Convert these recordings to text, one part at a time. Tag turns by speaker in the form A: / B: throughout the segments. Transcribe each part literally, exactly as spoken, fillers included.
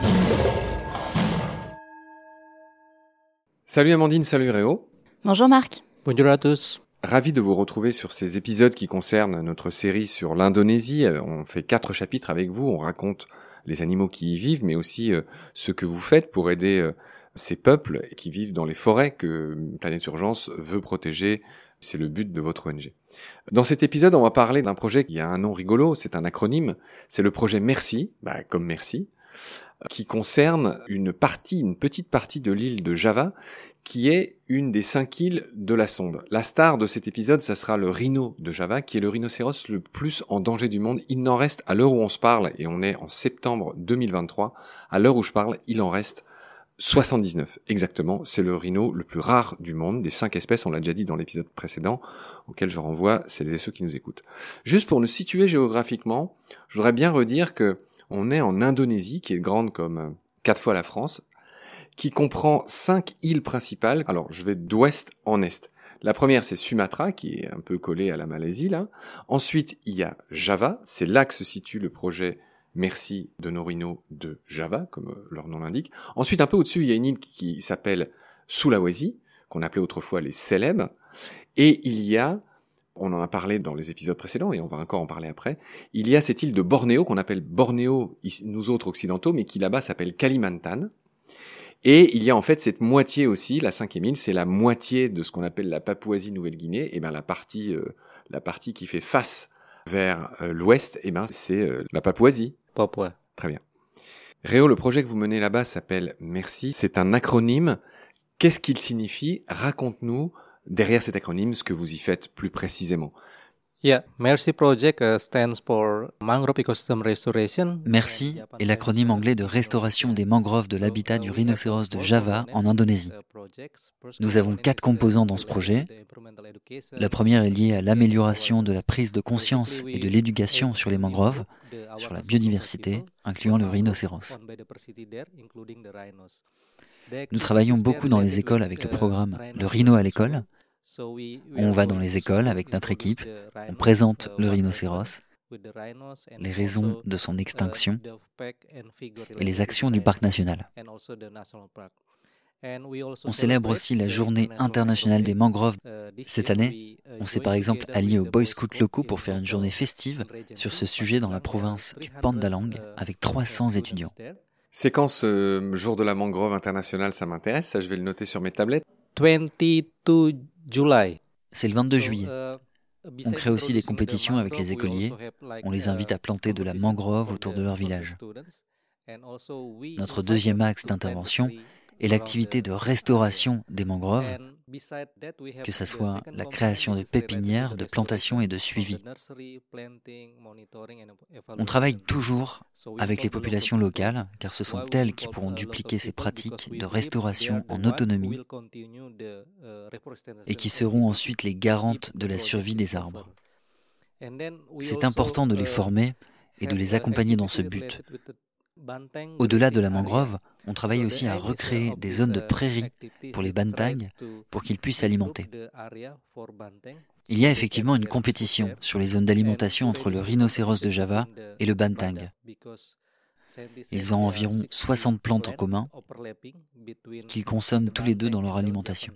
A: Salut Amandine, salut Réo.
B: Bonjour Marc.
C: Bonjour à tous.
A: Ravi de vous retrouver sur ces épisodes qui concernent notre série sur l'Indonésie. On fait quatre chapitres avec vous, on raconte les animaux qui y vivent, mais aussi euh, ce que vous faites pour aider euh, ces peuples qui vivent dans les forêts que Planète Urgence veut protéger. C'est le but de votre O N G. Dans cet épisode, on va parler d'un projet qui a un nom rigolo, c'est un acronyme, c'est le projet Merci, bah, comme merci, qui concerne une partie, une petite partie de l'île de Java, qui est une des cinq îles de la sonde. La star de cet épisode, ça sera le rhino de Java, qui est le rhinocéros le plus en danger du monde. Il n'en reste, à l'heure où on se parle, et on est en septembre deux mille vingt-trois, à l'heure où je parle, il en reste soixante-dix-neuf, exactement. C'est le rhino le plus rare du monde, des cinq espèces, on l'a déjà dit dans l'épisode précédent, auquel je renvoie celles et ceux qui nous écoutent. Juste pour nous situer géographiquement, je voudrais bien redire que on est en Indonésie, qui est grande comme quatre fois la France, qui comprend cinq îles principales. Alors, je vais d'ouest en est. La première, c'est Sumatra, qui est un peu collée à la Malaisie, là. Ensuite, il y a Java. C'est là que se situe le projet Merci de nos rhinos de Java, comme leur nom l'indique. Ensuite, un peu au-dessus, il y a une île qui s'appelle Sulawesi, qu'on appelait autrefois les Célèbes. Et il y a, on en a parlé dans les épisodes précédents, et on va encore en parler après, il y a cette île de Bornéo, qu'on appelle Bornéo, nous autres occidentaux, mais qui là-bas s'appelle Kalimantan. Et il y a en fait cette moitié aussi, la cinquième île, c'est la moitié de ce qu'on appelle la Papouasie-Nouvelle-Guinée. Et ben la partie, euh, la partie qui fait face vers euh, l'ouest, et ben c'est euh, la Papouasie.
C: Papua.
A: Très bien. Réo, le projet que vous menez là-bas s'appelle Merci. C'est un acronyme. Qu'est-ce qu'il signifie ? Raconte-nous derrière cet acronyme ce que vous y faites plus précisément.
C: Yeah, Merci Project uh, stands for Mangrove Ecosystem Restoration.
D: Merci est l'acronyme anglais de restauration des mangroves de l'habitat du rhinocéros de Java en Indonésie. Nous avons quatre composants dans ce projet. La première est liée à l'amélioration de la prise de conscience et de l'éducation sur les mangroves, sur la biodiversité, incluant le rhinocéros. Nous travaillons beaucoup dans les écoles avec le programme Le Rhino à l'école. On va dans les écoles avec notre équipe, on présente le rhinocéros, les raisons de son extinction et les actions du parc national. On célèbre aussi la journée internationale des mangroves. Cette année, on s'est par exemple allié aux Boy Scouts locaux pour faire une journée festive sur ce sujet dans la province du Pandalang avec trois cents étudiants.
A: C'est quand ce jour de la mangrove internationale, ça m'intéresse, ça je vais le noter sur mes tablettes.
C: vingt-deux juillet.
D: C'est le vingt-deux juillet. On crée aussi des compétitions avec les écoliers. On les invite à planter de la mangrove autour de leur village. Notre deuxième axe d'intervention est l'activité de restauration des mangroves, que ce soit la création de pépinières, de plantations et de suivi. On travaille toujours avec les populations locales, car ce sont elles qui pourront dupliquer ces pratiques de restauration en autonomie et qui seront ensuite les garantes de la survie des arbres. C'est important de les former et de les accompagner dans ce but. Au-delà de la mangrove, on travaille aussi à recréer des zones de prairies pour les bantangs pour qu'ils puissent s'alimenter. Il y a effectivement une compétition sur les zones d'alimentation entre le rhinocéros de Java et le bantang. Ils ont environ soixante plantes en commun qu'ils consomment tous les deux dans leur alimentation.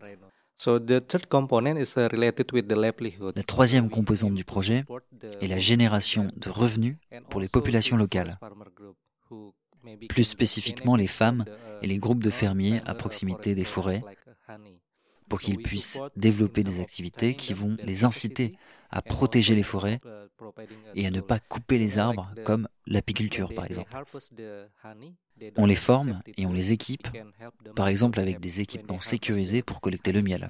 D: La troisième composante du projet est la génération de revenus pour les populations locales. Plus spécifiquement les femmes et les groupes de fermiers à proximité des forêts, pour qu'ils puissent développer des activités qui vont les inciter à protéger les forêts et à ne pas couper les arbres, comme l'apiculture par exemple. On les forme et on les équipe, par exemple avec des équipements sécurisés pour collecter le miel.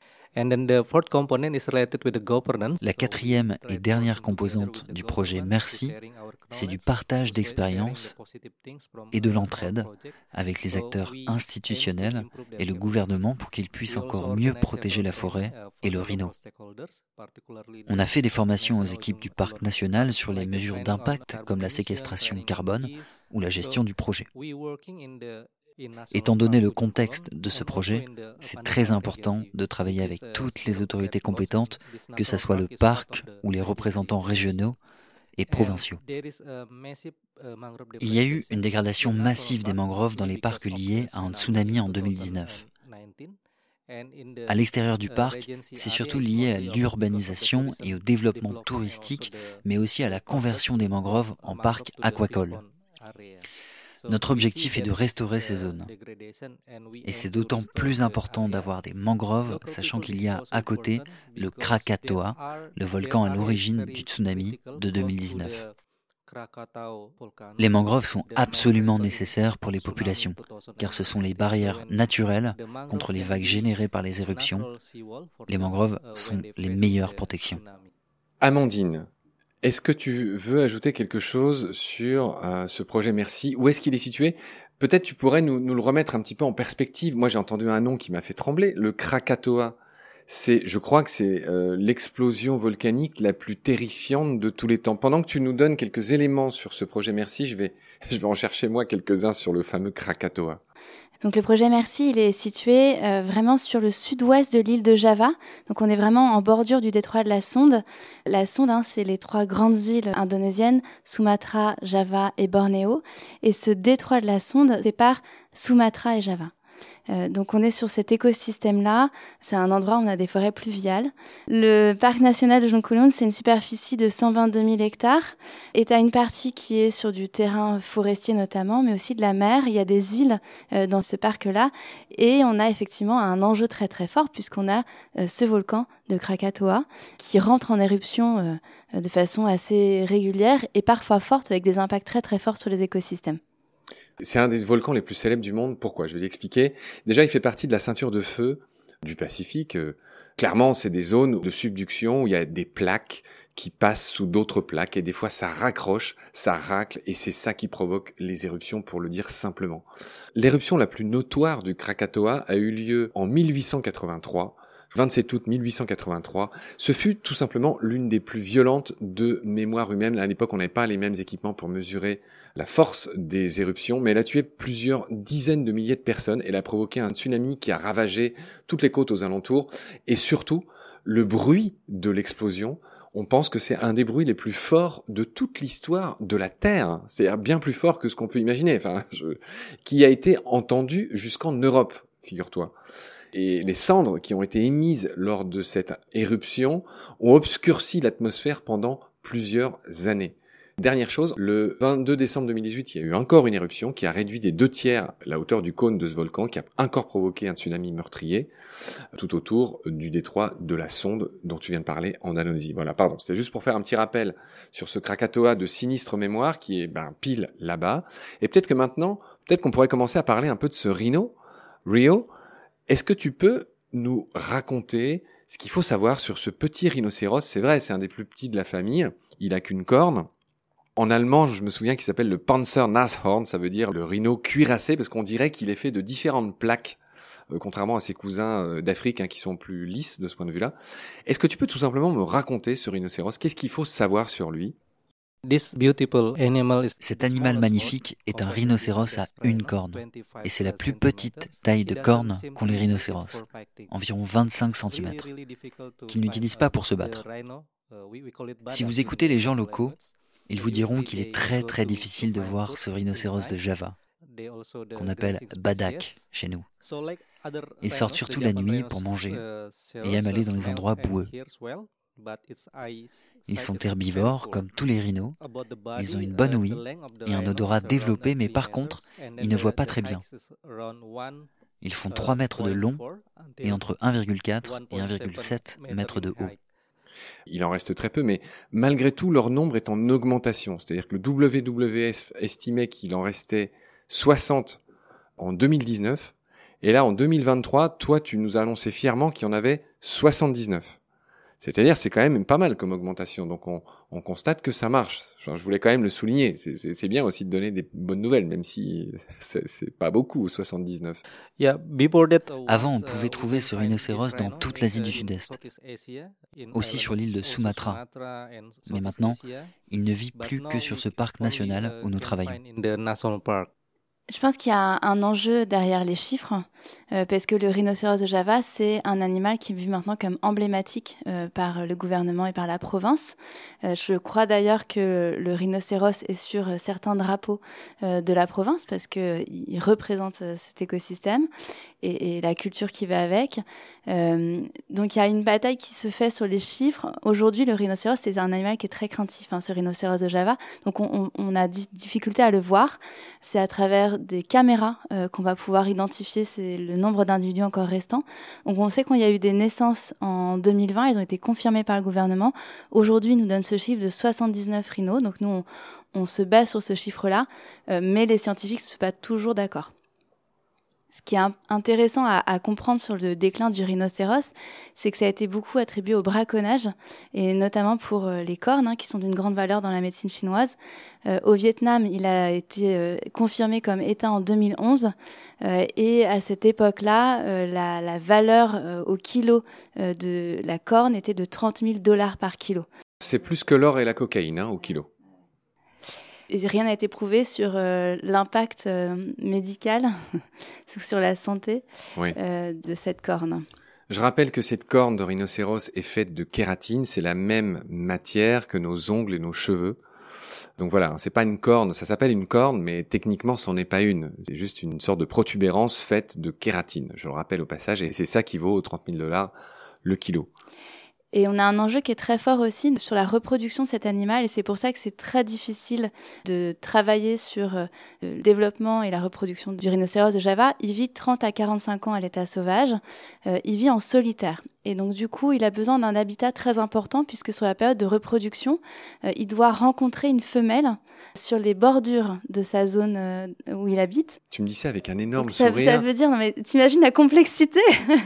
D: La quatrième et dernière composante du projet Merci, c'est du partage d'expériences et de l'entraide avec les acteurs institutionnels et le gouvernement pour qu'ils puissent encore mieux protéger la forêt et le rhino. On a fait des formations aux équipes du parc national sur les mesures d'impact comme la séquestration carbone ou la gestion du projet. Étant donné le contexte de ce projet, c'est très important de travailler avec toutes les autorités compétentes, que ce soit le parc ou les représentants régionaux, et provinciaux. Il y a eu une dégradation massive des mangroves dans les parcs liés à un tsunami en deux mille dix-neuf. À l'extérieur du parc, c'est surtout lié à l'urbanisation et au développement touristique, mais aussi à la conversion des mangroves en parcs aquacoles. Notre objectif est de restaurer ces zones. Et c'est d'autant plus important d'avoir des mangroves, sachant qu'il y a à côté le Krakatoa, le volcan à l'origine du tsunami de deux mille dix-neuf. Les mangroves sont absolument nécessaires pour les populations, car ce sont les barrières naturelles contre les vagues générées par les éruptions. Les mangroves sont les meilleures protections.
A: Amandine, est-ce que tu veux ajouter quelque chose sur euh, ce projet Merci? Où est-ce qu'il est situé? Peut-être tu pourrais nous, nous le remettre un petit peu en perspective. Moi, j'ai entendu un nom qui m'a fait trembler, le Krakatoa. C'est, je crois que c'est euh, l'explosion volcanique la plus terrifiante de tous les temps. Pendant que tu nous donnes quelques éléments sur ce projet Merci, je vais, je vais en chercher moi quelques-uns sur le fameux Krakatoa.
B: Donc le projet Merci, il est situé euh, vraiment sur le sud-ouest de l'île de Java. Donc on est vraiment en bordure du détroit de la Sonde. La Sonde, hein, c'est les trois grandes îles indonésiennes, Sumatra, Java et Bornéo. Et ce détroit de la Sonde sépare Sumatra et Java. Euh, donc on est sur cet écosystème-là, c'est un endroit où on a des forêts pluviales. Le parc national de Jongkulon, c'est une superficie de cent vingt-deux mille hectares et tu as une partie qui est sur du terrain forestier notamment, mais aussi de la mer. Il y a des îles euh, dans ce parc-là et on a effectivement un enjeu très très fort puisqu'on a euh, ce volcan de Krakatoa qui rentre en éruption euh, de façon assez régulière et parfois forte avec des impacts très très forts sur les écosystèmes.
A: C'est un des volcans les plus célèbres du monde. Pourquoi? Je vais l'expliquer. Déjà, il fait partie de la ceinture de feu du Pacifique. Euh, clairement, c'est des zones de subduction où il y a des plaques qui passent sous d'autres plaques et des fois ça raccroche, ça racle et c'est ça qui provoque les éruptions, pour le dire simplement. L'éruption la plus notoire du Krakatoa a eu lieu en mille huit cent quatre-vingt-trois. vingt-sept août mille huit cent quatre-vingt-trois, ce fut tout simplement l'une des plus violentes de mémoire humaine. À l'époque, on n'avait pas les mêmes équipements pour mesurer la force des éruptions, mais elle a tué plusieurs dizaines de milliers de personnes. Elle a provoqué un tsunami qui a ravagé toutes les côtes aux alentours. Et surtout, le bruit de l'explosion, on pense que c'est un des bruits les plus forts de toute l'histoire de la Terre. C'est-à-dire bien plus fort que ce qu'on peut imaginer, enfin, je... qui a été entendu jusqu'en Europe, figure-toi. Et les cendres qui ont été émises lors de cette éruption ont obscurci l'atmosphère pendant plusieurs années. Dernière chose, le vingt-deux décembre deux mille dix-huit, il y a eu encore une éruption qui a réduit des deux tiers la hauteur du cône de ce volcan, qui a encore provoqué un tsunami meurtrier tout autour du détroit de la Sonde dont tu viens de parler en Indonésie. Voilà, pardon, c'était juste pour faire un petit rappel sur ce Krakatoa de sinistre mémoire qui est ben, pile là-bas. Et peut-être que maintenant, peut-être qu'on pourrait commencer à parler un peu de ce rhino, Rio. Est-ce que tu peux nous raconter ce qu'il faut savoir sur ce petit rhinocéros? C'est vrai, c'est un des plus petits de la famille. Il a qu'une corne. En allemand, je me souviens qu'il s'appelle le Panzernashorn, ça veut dire le rhino cuirassé, parce qu'on dirait qu'il est fait de différentes plaques, euh, contrairement à ses cousins euh, d'Afrique hein, qui sont plus lisses de ce point de vue-là. Est-ce que tu peux tout simplement me raconter ce rhinocéros? Qu'est-ce qu'il faut savoir sur lui?
D: Cet animal magnifique est un rhinocéros à une corne, et c'est la plus petite taille de corne qu'ont les rhinocéros, environ vingt-cinq centimètres, qu'ils n'utilisent pas pour se battre. Si vous écoutez les gens locaux, ils vous diront qu'il est très très difficile de voir ce rhinocéros de Java, qu'on appelle badak chez nous. Ils sortent surtout la nuit pour manger et aiment aller dans les endroits boueux. Ils sont herbivores comme tous les rhinos, ils ont une bonne ouïe et un odorat développé, mais par contre, ils ne voient pas très bien. Ils font trois mètres de long et entre un virgule quatre et un virgule sept mètres de haut.
A: Il en reste très peu, mais malgré tout, leur nombre est en augmentation. C'est-à-dire que le W W F estimait qu'il en restait soixante en deux mille dix-neuf, et là, en deux mille vingt-trois, toi, tu nous as annoncé fièrement qu'il y en avait soixante-dix-neuf. C'est-à-dire, c'est quand même pas mal comme augmentation. Donc, on, on constate que ça marche. Enfin, je voulais quand même le souligner. C'est, c'est, c'est bien aussi de donner des bonnes nouvelles, même si c'est, c'est pas beaucoup, soixante-dix-neuf.
D: Avant, on pouvait trouver ce rhinocéros dans toute l'Asie du Sud-Est, aussi sur l'île de Sumatra. Mais maintenant, il ne vit plus que sur ce parc national où nous travaillons.
B: Je pense qu'il y a un enjeu derrière les chiffres, euh, parce que le rhinocéros de Java, c'est un animal qui est vu maintenant comme emblématique euh, par le gouvernement et par la province. Euh, je crois d'ailleurs que le rhinocéros est sur certains drapeaux euh, de la province, parce qu'il représente cet écosystème et, et la culture qui va avec. Euh, donc il y a une bataille qui se fait sur les chiffres. Aujourd'hui, le rhinocéros, c'est un animal qui est très craintif, hein, ce rhinocéros de Java. Donc on, on, on a di- difficulté à le voir. C'est à travers des caméras euh, qu'on va pouvoir identifier c'est le nombre d'individus encore restants. Donc on sait qu'il y a eu des naissances en deux mille vingt, elles ont été confirmées par le gouvernement. Aujourd'hui, il nous donne ce chiffre de soixante-dix-neuf rhinos, donc nous, on, on se base sur ce chiffre-là, euh, mais les scientifiques ne sont pas toujours d'accord. Ce qui est intéressant à, à comprendre sur le déclin du rhinocéros, c'est que ça a été beaucoup attribué au braconnage, et notamment pour euh, les cornes, hein, qui sont d'une grande valeur dans la médecine chinoise. Euh, au Vietnam, il a été euh, confirmé comme éteint en deux mille onze, euh, et à cette époque-là, euh, la, la valeur euh, au kilo euh, de la corne était de trente mille dollars par kilo.
A: C'est plus que l'or et la cocaïne, hein, au kilo.
B: Et rien n'a été prouvé sur euh, l'impact euh, médical, sur la santé
A: oui.
B: euh, de cette corne.
A: Je rappelle que cette corne de rhinocéros est faite de kératine, c'est la même matière que nos ongles et nos cheveux. Donc voilà, c'est pas une corne, ça s'appelle une corne, mais techniquement, c'en est pas une. C'est juste une sorte de protubérance faite de kératine, je le rappelle au passage, et c'est ça qui vaut trente mille dollars le kilo.
B: Et on a un enjeu qui est très fort aussi sur la reproduction de cet animal, et c'est pour ça que c'est très difficile de travailler sur euh, le développement et la reproduction du rhinocéros de Java. Il vit trente à quarante-cinq ans à l'état sauvage, euh, il vit en solitaire. Et donc du coup, il a besoin d'un habitat très important, puisque sur la période de reproduction, euh, il doit rencontrer une femelle sur les bordures de sa zone euh, où il habite.
A: Tu me dis ça avec un énorme
B: ça,
A: sourire.
B: Ça veut dire, non mais t'imagines la complexité.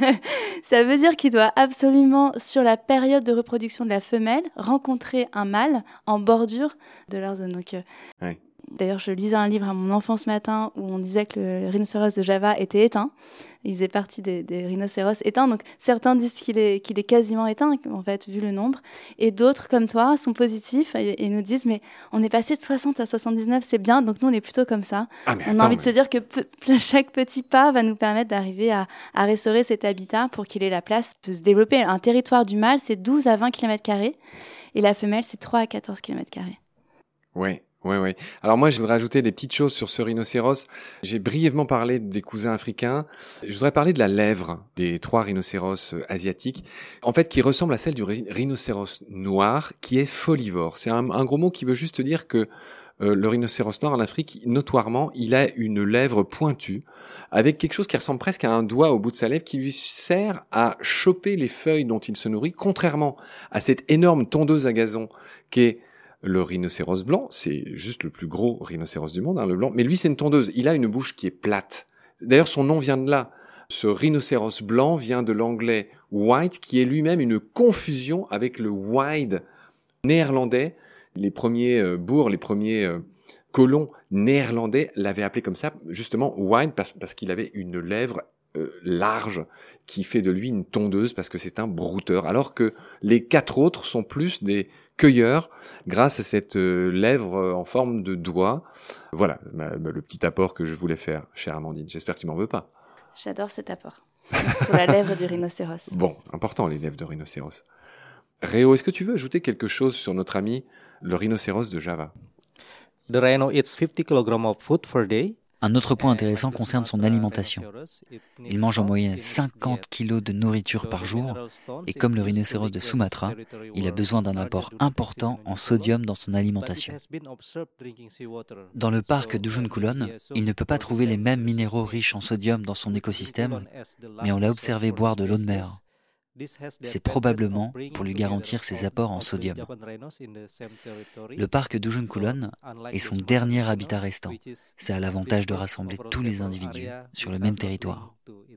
B: Ça veut dire qu'il doit absolument, sur la période de reproduction de la femelle, rencontrer un mâle en bordure de leur zone. Donc, euh,
A: ouais.
B: D'ailleurs, je lisais un livre à mon enfant ce matin où on disait que le rhinocéros de Java était éteint. Il faisait partie des, des rhinocéros éteints. Donc, certains disent qu'il est, qu'il est quasiment éteint, en fait, vu le nombre. Et d'autres, comme toi, sont positifs et, et nous disent, mais on est passé de soixante à soixante-dix-neuf, c'est bien. Donc, nous, on est plutôt comme ça.
A: Ah, mais
B: on
A: attends,
B: a envie de
A: mais...
B: se dire que pe- chaque petit pas va nous permettre d'arriver à, à restaurer cet habitat pour qu'il ait la place de se développer. Un territoire du mâle, c'est douze à vingt kilomètres carrés. Et la femelle, c'est trois à quatorze kilomètres carrés.
A: Ouais. Ouais, ouais. Alors moi, je voudrais ajouter des petites choses sur ce rhinocéros. J'ai brièvement parlé des cousins africains. Je voudrais parler de la lèvre des trois rhinocéros asiatiques, en fait, qui ressemble à celle du rhinocéros noir, qui est folivore. C'est un, un gros mot qui veut juste dire que euh, le rhinocéros noir en Afrique, notoirement, il a une lèvre pointue, avec quelque chose qui ressemble presque à un doigt au bout de sa lèvre, qui lui sert à choper les feuilles dont il se nourrit, contrairement à cette énorme tondeuse à gazon qui est le rhinocéros blanc. C'est juste le plus gros rhinocéros du monde, hein, le blanc. Mais lui, c'est une tondeuse. Il a une bouche qui est plate. D'ailleurs, son nom vient de là. Ce rhinocéros blanc vient de l'anglais white, qui est lui-même une confusion avec le wide néerlandais. Les premiers euh, bourgs, les premiers euh, colons néerlandais l'avaient appelé comme ça, justement wide, parce, parce qu'il avait une lèvre euh, large, qui fait de lui une tondeuse, parce que c'est un brouteur. Alors que les quatre autres sont plus des cueilleurs, grâce à cette euh, lèvre euh, en forme de doigt. Voilà, bah, bah, le petit apport que je voulais faire, chère Amandine. J'espère que tu m'en veux pas.
B: J'adore cet apport sur la lèvre du rhinocéros.
A: Bon, important les lèvres de rhinocéros. Réo, est-ce que tu veux ajouter quelque chose sur notre ami le rhinocéros de Java?
C: The rhino eats fifty kilograms of food per day.
D: Un autre point intéressant concerne son alimentation. Il mange en moyenne cinquante kilos de nourriture par jour, et comme le rhinocéros de Sumatra, il a besoin d'un apport important en sodium dans son alimentation. Dans le parc d'Ujung Kulon, il ne peut pas trouver les mêmes minéraux riches en sodium dans son écosystème, mais on l'a observé boire de l'eau de mer. C'est probablement pour lui garantir ses apports en sodium. Le parc d'Ujung Kulon est son dernier habitat restant. Ça a l'avantage de rassembler tous les individus sur le même territoire.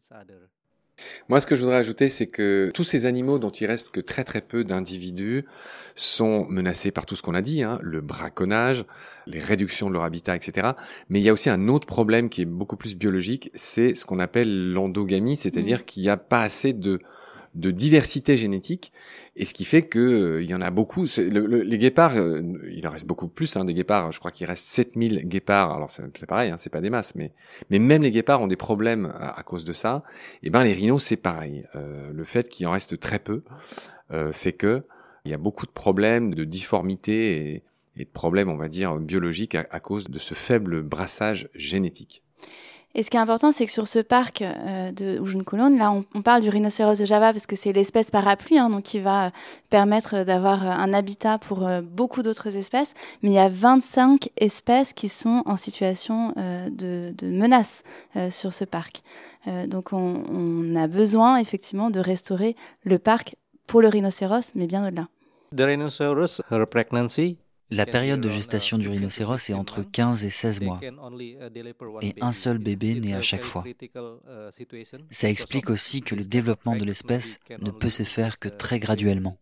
A: Moi, ce que je voudrais ajouter, c'est que tous ces animaux dont il reste que très très peu d'individus sont menacés par tout ce qu'on a dit, hein, le braconnage, les réductions de leur habitat, et cetera. Mais il y a aussi un autre problème qui est beaucoup plus biologique, c'est ce qu'on appelle l'endogamie, c'est-à-dire mmh. qu'il n'y a pas assez de de diversité génétique, et ce qui fait que euh, il y en a beaucoup. C'est, le, le, les guépards, euh, il en reste beaucoup plus, hein, des guépards. Je crois qu'il reste sept mille guépards. Alors c'est, c'est pareil, hein, c'est pas des masses, mais mais même les guépards ont des problèmes à, à cause de ça. Et ben les rhinos, c'est pareil. Euh, le fait qu'il en reste très peu euh, fait que il y a beaucoup de problèmes de difformité et, et de problèmes, on va dire, biologiques à, à cause de ce faible brassage génétique.
B: Et ce qui est important, c'est que sur ce parc euh, de Ujung Kulon, là, on, on parle du rhinocéros de Java parce que c'est l'espèce parapluie, hein, donc qui va euh, permettre d'avoir euh, un habitat pour euh, beaucoup d'autres espèces. Mais il y a vingt-cinq espèces qui sont en situation euh, de, de menace euh, sur ce parc. Euh, donc, on, on a besoin effectivement de restaurer le parc pour le rhinocéros, mais bien au-delà.
C: The rhinoceros, her pregnancy.
D: La période de gestation du rhinocéros est entre quinze et seize mois, et un seul bébé naît à chaque fois. Ça explique aussi que le développement de l'espèce ne peut se faire que très graduellement.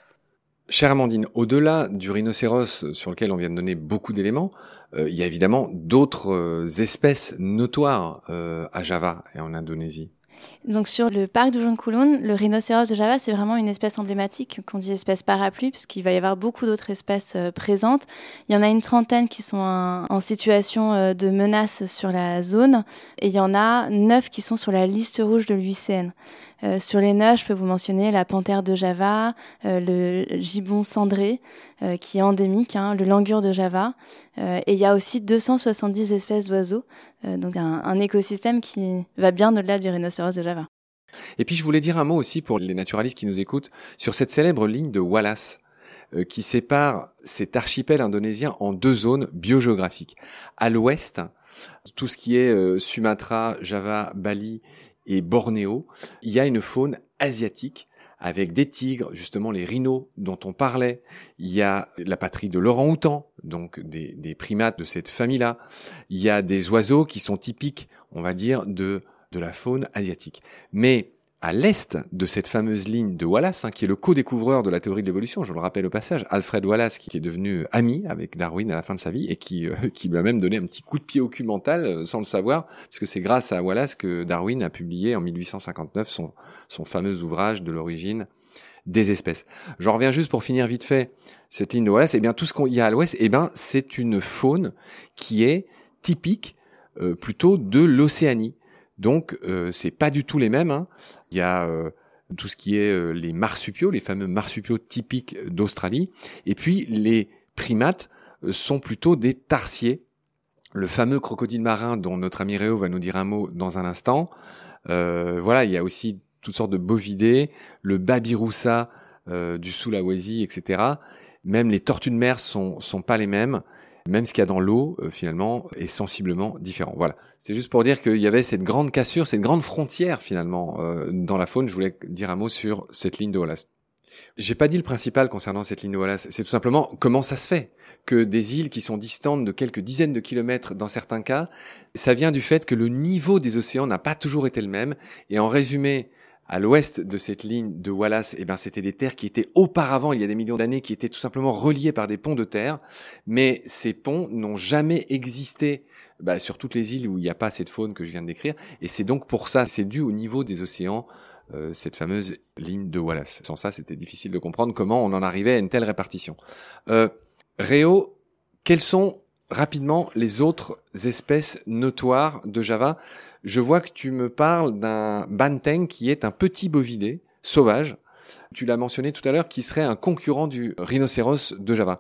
A: Chère Amandine, au-delà du rhinocéros sur lequel on vient de donner beaucoup d'éléments, euh, il y a évidemment d'autres euh, espèces notoires euh, à Java et en Indonésie.
B: Donc sur le parc d'Ujung Kulon, le rhinocéros de Java, c'est vraiment une espèce emblématique qu'on dit espèce parapluie, puisqu'il va y avoir beaucoup d'autres espèces euh, présentes. Il y en a une trentaine qui sont en, en situation euh, de menace sur la zone, et il y en a neuf qui sont sur la liste rouge de l'U I C N. Euh, sur les neuf, je peux vous mentionner la panthère de Java, euh, le gibbon cendré, euh, qui est endémique, hein, le langur de Java, euh, et il y a aussi deux cent soixante-dix espèces d'oiseaux, euh, donc un, un écosystème qui va bien au-delà du rhinocéros de Java.
A: Et puis je voulais dire un mot aussi pour les naturalistes qui nous écoutent sur cette célèbre ligne de Wallace euh, qui sépare cet archipel indonésien en deux zones biogéographiques. À l'ouest, tout ce qui est euh, Sumatra, Java, Bali et Bornéo, il y a une faune asiatique avec des tigres, justement les rhinos dont on parlait. Il y a la patrie de l'orang-outan, donc des, des primates de cette famille-là. Il y a des oiseaux qui sont typiques, on va dire, de, de la faune asiatique. Mais à l'est de cette fameuse ligne de Wallace, hein, qui est le co-découvreur de la théorie de l'évolution, je le rappelle au passage, Alfred Wallace, qui est devenu ami avec Darwin à la fin de sa vie et qui, euh, qui lui a même donné un petit coup de pied au cul mental euh, sans le savoir, parce que c'est grâce à Wallace que Darwin a publié en mille huit cent cinquante-neuf son, son fameux ouvrage de l'origine des espèces. J'en reviens juste pour finir vite fait cette ligne de Wallace. Eh bien, tout ce qu'il y a à l'ouest, eh bien, c'est une faune qui est typique euh, plutôt de l'Océanie. Donc, euh, c'est pas du tout les mêmes. Hein. Il y a euh, tout ce qui est euh, les marsupiaux, les fameux marsupiaux typiques d'Australie. Et puis, les primates euh, sont plutôt des tarsiers. Le fameux crocodile marin dont notre ami Réo va nous dire un mot dans un instant. Euh, voilà, il y a aussi toutes sortes de bovidés, le babiroussa euh, du Sulawesi, et cetera. Même les tortues de mer sont, sont pas les mêmes. Même ce qu'il y a dans l'eau, euh, finalement, est sensiblement différent. Voilà. C'est juste pour dire qu'il y avait cette grande cassure, cette grande frontière, finalement, euh, dans la faune. Je voulais dire un mot sur cette ligne de Wallace. J'ai pas dit le principal concernant cette ligne de Wallace. C'est tout simplement comment ça se fait que des îles qui sont distantes de quelques dizaines de kilomètres dans certains cas, ça vient du fait que le niveau des océans n'a pas toujours été le même. Et en résumé, à l'ouest de cette ligne de Wallace, eh ben, c'était des terres qui étaient auparavant, il y a des millions d'années, qui étaient tout simplement reliées par des ponts de terre. Mais ces ponts n'ont jamais existé bah, sur toutes les îles où il n'y a pas cette faune que je viens de décrire. Et c'est donc pour ça, c'est dû au niveau des océans, euh, cette fameuse ligne de Wallace. Sans ça, c'était difficile de comprendre comment on en arrivait à une telle répartition. Euh, Réo, quelles sont rapidement les autres espèces notoires de Java? Je vois que tu me parles d'un banteng qui est un petit bovidé sauvage. Tu l'as mentionné tout à l'heure, qui serait un concurrent du rhinocéros de Java.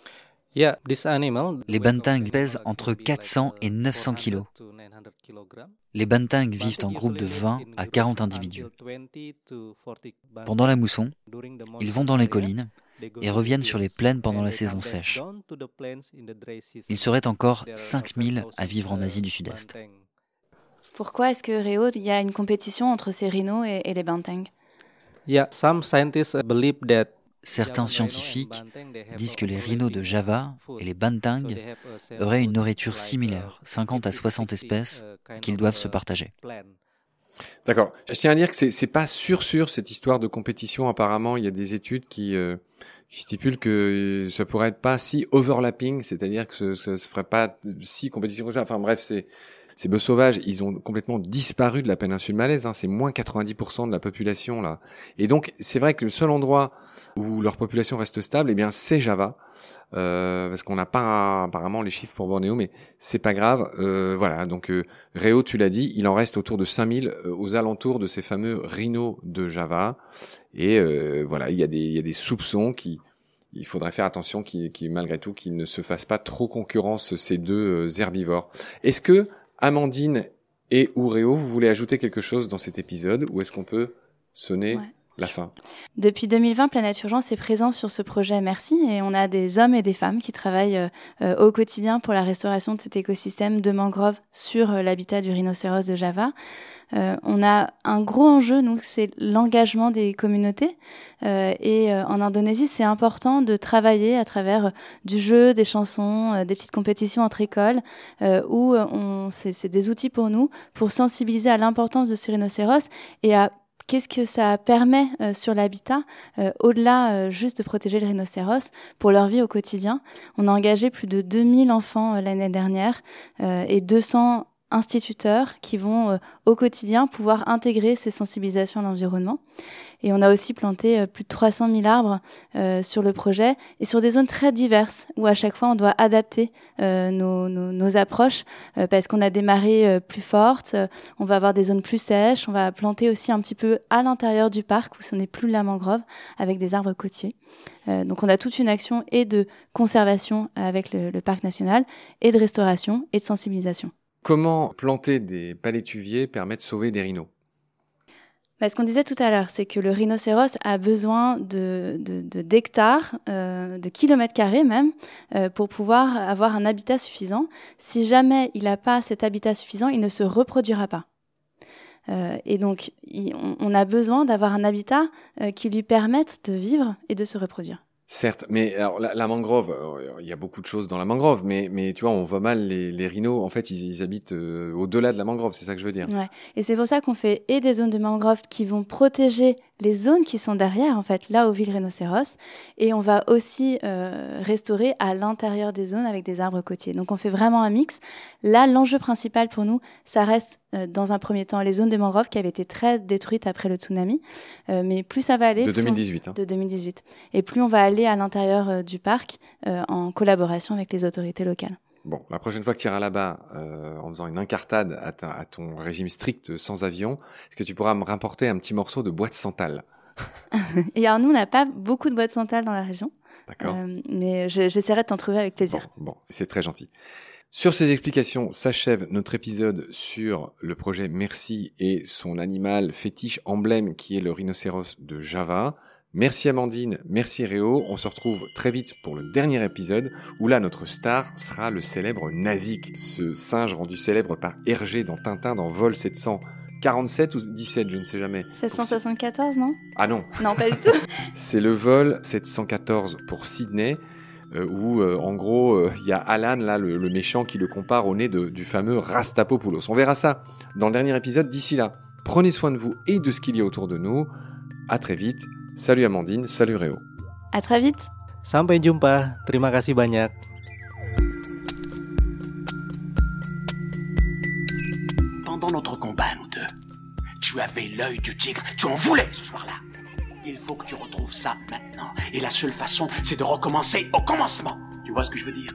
C: Yeah, this animal,
D: les bantangs pèsent entre quatre cents et neuf cents kilos. Les bantangs vivent en groupe de vingt à quarante individus. Pendant la mousson, ils vont dans les collines et reviennent sur les plaines pendant la saison sèche. Il serait encore cinq mille à vivre en Asie du Sud-Est.
B: Pourquoi est-ce que Réo, il y a une compétition entre ces rhinos et, et les bantangs?
C: Yeah, some scientists believe that
D: certains scientifiques disent que les rhinos de Java et les bantangs auraient une nourriture similaire, cinquante à soixante espèces, qu'ils doivent se partager.
A: D'accord. Je tiens à dire que c'est, c'est pas sûr sûr cette histoire de compétition. Apparemment, il y a des études qui, euh, qui stipulent que ça pourrait être pas si overlapping, c'est-à-dire que ce, ce, ce ferait pas si compétition que ça. Enfin bref, c'est ces bœufs sauvages, ils ont complètement disparu de la péninsule malaise, hein, c'est moins quatre-vingt-dix pour cent de la population là. Et donc c'est vrai que le seul endroit où leur population reste stable, eh bien c'est Java. Euh, parce qu'on n'a pas apparemment les chiffres pour Bornéo, mais c'est pas grave. Euh, voilà, donc euh, Réau, tu l'as dit, il en reste autour de cinq mille euh, aux alentours de ces fameux rhinos de Java. Et euh, voilà, il y a des il y a des soupçons qui il faudrait faire attention qui qui malgré tout qu'ils ne se fassent pas trop concurrence ces deux euh, herbivores. Est-ce que Amandine et ou Réau, vous voulez ajouter quelque chose dans cet épisode ou est-ce qu'on peut sonner ouais. la fin?
B: Depuis deux mille vingt, Planète Urgence est présent sur ce projet Merci et on a des hommes et des femmes qui travaillent euh, euh, au quotidien pour la restauration de cet écosystème de mangroves sur euh, l'habitat du rhinocéros de Java. Euh, on a un gros enjeu, donc c'est l'engagement des communautés euh, et euh, en Indonésie, c'est important de travailler à travers euh, du jeu, des chansons, euh, des petites compétitions entre écoles euh, où on, c'est, c'est des outils pour nous pour sensibiliser à l'importance de ces rhinocéros et à qu'est-ce que ça permet euh, sur l'habitat, euh, au-delà euh, juste de protéger les rhinocéros, pour leur vie au quotidien. On a engagé plus de deux mille enfants euh, l'année dernière euh, et deux cents instituteurs qui vont euh, au quotidien pouvoir intégrer ces sensibilisations à l'environnement. Et on a aussi planté euh, plus de trois cent mille arbres euh, sur le projet et sur des zones très diverses où à chaque fois on doit adapter euh, nos, nos, nos approches euh, parce qu'on a des marées euh, plus fortes, euh, on va avoir des zones plus sèches, on va planter aussi un petit peu à l'intérieur du parc où ce n'est plus la mangrove avec des arbres côtiers. Euh, donc on a toute une action et de conservation avec le, le parc national et de restauration et de sensibilisation.
A: Comment planter des palétuviers permet de sauver des rhinos?
B: Bah, ce qu'on disait tout à l'heure, c'est que le rhinocéros a besoin de, de, de, d'hectares, euh, de kilomètres carrés même, euh, pour pouvoir avoir un habitat suffisant. Si jamais il n'a pas cet habitat suffisant, il ne se reproduira pas. Euh, et donc, il, on, on a besoin d'avoir un habitat euh, qui lui permette de vivre et de se reproduire.
A: Certes, mais alors la, la mangrove, il y a beaucoup de choses dans la mangrove, mais mais tu vois, on voit mal les, les rhinos. En fait, ils, ils habitent euh, au-delà de la mangrove, c'est ça que je veux dire.
B: Ouais. Et c'est pour ça qu'on fait et des zones de mangrove qui vont protéger les zones qui sont derrière, en fait, là où vit le rhinocéros, et on va aussi euh, restaurer à l'intérieur des zones avec des arbres côtiers. Donc on fait vraiment un mix. Là, l'enjeu principal pour nous, ça reste euh, dans un premier temps les zones de mangrove qui avaient été très détruites après le tsunami, euh, mais plus ça va aller
A: de deux mille dix-huit,
B: on...
A: hein.
B: de deux mille dix-huit, et plus on va aller à l'intérieur euh, du parc euh, en collaboration avec les autorités locales.
A: Bon, la prochaine fois que tu iras là-bas, euh, en faisant une incartade à, ta, à ton régime strict sans avion, est-ce que tu pourras me rapporter un petit morceau de bois de santal?
B: Et alors nous, on n'a pas beaucoup de bois de santal dans la région.
A: D'accord.
B: Euh, mais je, j'essaierai de t'en trouver avec plaisir.
A: Bon, bon, c'est très gentil. Sur ces explications s'achève notre épisode sur le projet Merci et son animal fétiche emblème qui est le rhinocéros de Java. Merci Amandine, merci Réau. On se retrouve très vite pour le dernier épisode où là notre star sera le célèbre Nazik, ce singe rendu célèbre par Hergé dans Tintin dans Vol sept cent quarante-sept ou dix-sept, je ne sais jamais.
B: sept cent soixante-quatorze, non?
A: Ah non.
B: Non, pas du tout.
A: C'est le vol sept cent quatorze pour Sydney euh, où euh, en gros il euh, y a Alan là le, le méchant qui le compare au nez de, du fameux Rastapopoulos. On verra ça dans le dernier épisode. D'ici là, prenez soin de vous et de ce qu'il y a autour de nous. À très vite. Salut Amandine, salut Réau.
B: À très vite.
C: Sampai jumpa, terima kasih banyak.
E: Pendant notre combat, nous deux, tu avais l'œil du tigre, tu en voulais ce soir-là. Il faut que tu retrouves ça maintenant. Et la seule façon, c'est de recommencer au commencement. Tu vois ce que je veux dire ?